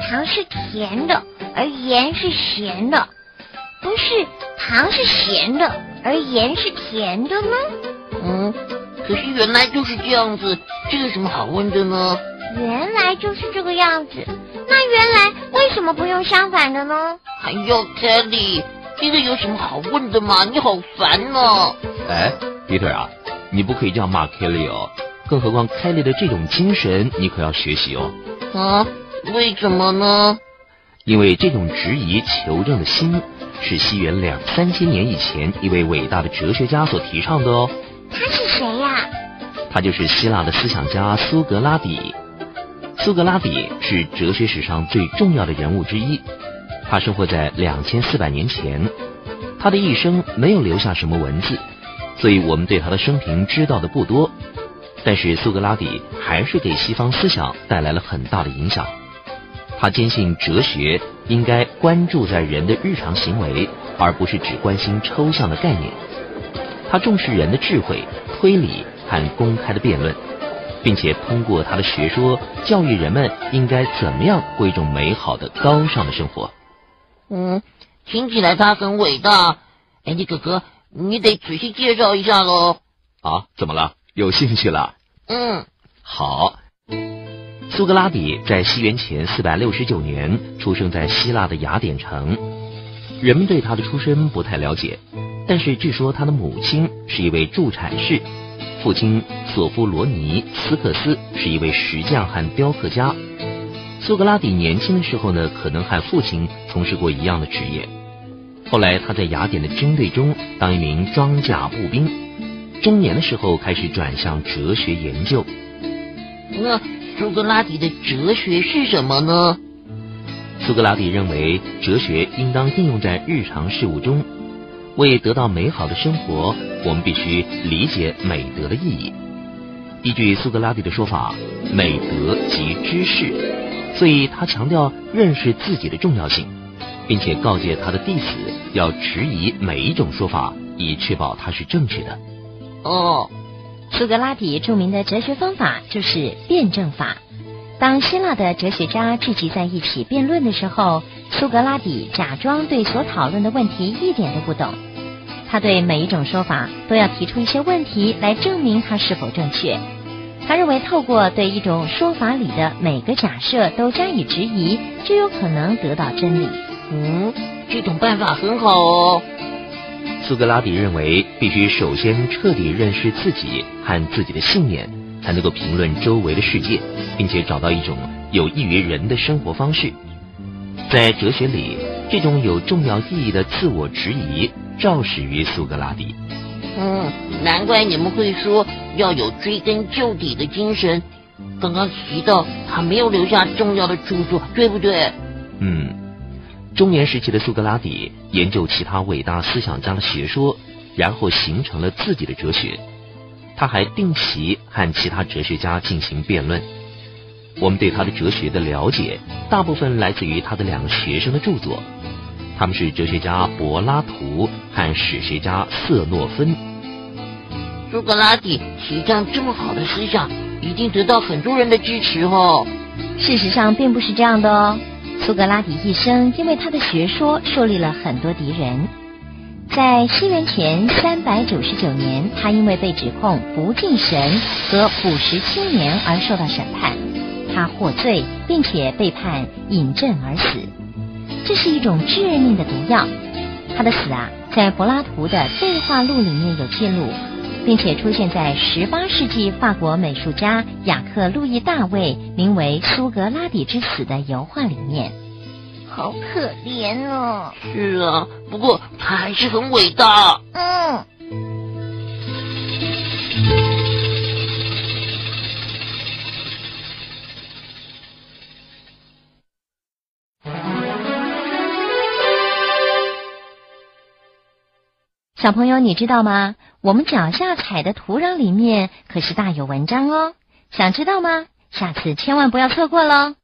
糖是甜的，而盐是咸的，不是糖是咸的，而盐是甜的吗？ 可是原来就是这样子，这有什么好问的呢？ 原来就是这个样子，那原来为什么不用相反的呢？ 哎呦 ，Kelly， 这个有什么好问的吗？你好烦哦。 哎 ，Peter 啊，你不可以这样骂 Kelly 哦，更何况 Kelly 的这种精神，你可要学习哦。 为什么呢？ 因为这种质疑求证的心，是西元2、3千年以前一位伟大的哲学家所提倡的哦。 他是谁呀？ 他就是希腊的思想家苏格拉底。苏格拉底是哲学史上最重要的人物之一，他生活在2400年前，他的一生没有留下什么文字，所以我们对他的生平知道的不多。但是苏格拉底还是给西方思想带来了很大的影响。他坚信哲学应该关注在人的日常行为，而不是只关心抽象的概念。他重视人的智慧、推理和公开的辩论，并且通过他的学说教育人们应该怎么样过一种美好的高尚的生活。 听起来他很伟大。你哥哥，你得仔细介绍一下咯。 啊，怎么了？有兴趣了？好。苏格拉底在西元前469年出生在希腊的雅典城，人们对他的出身不太了解，但是据说他的母亲是一位助产士，父亲索夫罗尼斯克斯是一位石匠和雕刻家。苏格拉底年轻的时候呢，可能和父亲从事过一样的职业。后来他在雅典的军队中当一名装甲步兵，中年的时候开始转向哲学研究。 那苏格拉底的哲学是什么呢？ 苏格拉底认为哲学应当应用在日常事物中，为得到美好的生活，我们必须理解美德的意义。依据苏格拉底的说法，美德即知识，所以他强调认识自己的重要性，并且告诫他的弟子要质疑每一种说法，以确保它是正确的。 苏格拉底著名的哲学方法就是辩证法。当希腊的哲学家聚集在一起辩论的时候，苏格拉底假装对所讨论的问题一点都不懂。他对每一种说法都要提出一些问题来证明它是否正确。他认为透过对一种说法里的每个假设都加以质疑，就有可能得到真理。 这种办法很好哦。 苏格拉底认为必须首先彻底认识自己和自己的信念，才能够评论周围的世界，并且找到一种有益于人的生活方式。在哲学里，这种有重要意义的自我质疑肇始于苏格拉底。 难怪你们会说要有追根究底的精神。刚刚提到他没有留下重要的著作，对不对？ 中年时期的苏格拉底研究其他伟大思想家的学说，然后形成了自己的哲学。他还定期和其他哲学家进行辩论。我们对他的哲学的了解大部分来自于他的2个学生的著作，他们是哲学家柏拉图和史学家色诺芬。 苏格拉底提倡这么好的思想，一定得到很多人的支持哦。 事实上并不是这样的哦。苏格拉底一生因为他的学说树立了很多敌人。在西元前399年，他因为被指控不敬神和腐蚀青年而受到审判，他获罪，并且被判饮鸩而死。这是一种致命的毒药。他的死在柏拉图的对话录里面有记录，并且出现在18世纪法国美术家雅克·路易·大卫名为《苏格拉底之死》的油画里面。 好可怜哦。 是啊，不过他还是很伟大。 小朋友，你知道吗？我们脚下踩的土壤里面可是大有文章哦。想知道吗？下次千万不要错过咯。